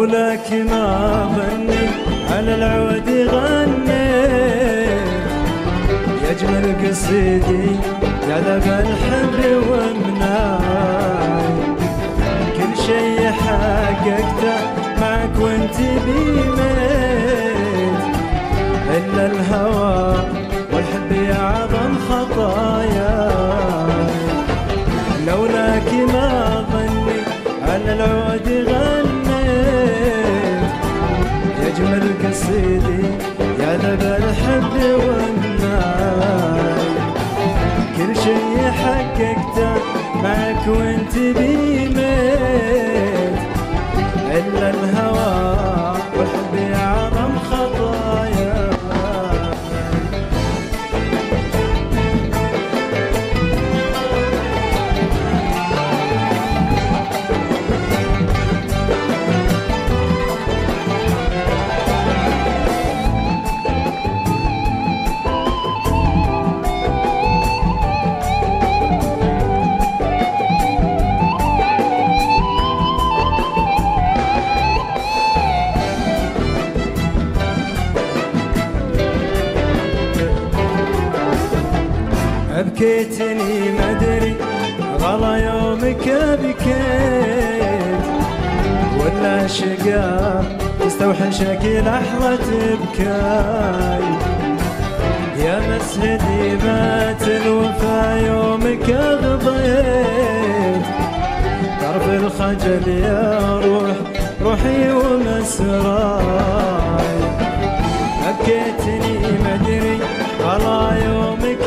لولاك ما ظني على العود غنيت يجمل قصيدي يا ذا الحب ومناي كل شي حققته معك وانت بيميت إلا الهوى والحب يا عظم خطاياي لولاك ما ظني على العود غنيت يجمل قصيدي يا ذا الحب والناي كل شي حققته معك وانت بيميت إلا الهوى والحب يا عظم خطاياي أبكيتني مدري غلا يومك بكيت ولا شقا تستوحشك لحظة بكاي يا مسهدي مات الوفا يومك غضيت طرف الخجل يا روحي ومسراي أبكيتني مدري غلا يومك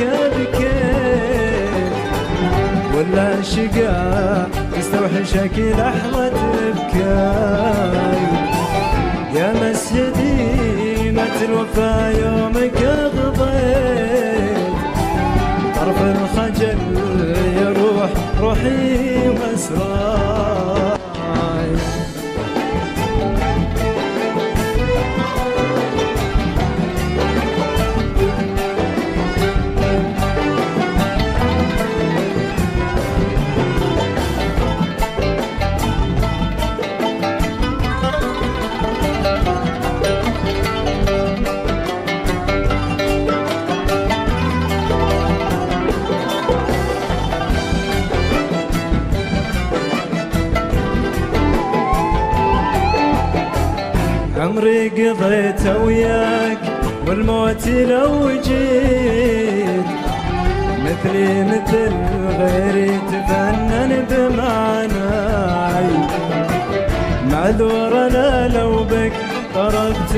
ولا شقا تستوحشك لحظة بكاي يا مسهدي مات الوفا يومك غضيت طرف الخجل يا روحي ومسراي عمري قضيته وياك والموت لو جيت مثلي مثل غيري تفنن بمعناي معذور انا لو بك طربت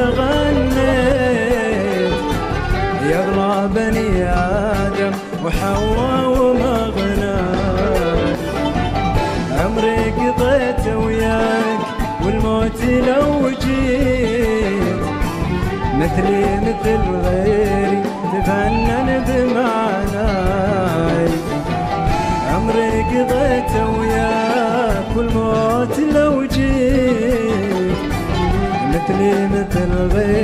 وتغنيت يغلى بني ادم وحواء ومغناي عمري قضيته وياك والموت لو جيت مثلي مثل غيري تفنن بمعناي عمري قضيته وياك والموت لو جيت مثلي مثل غيري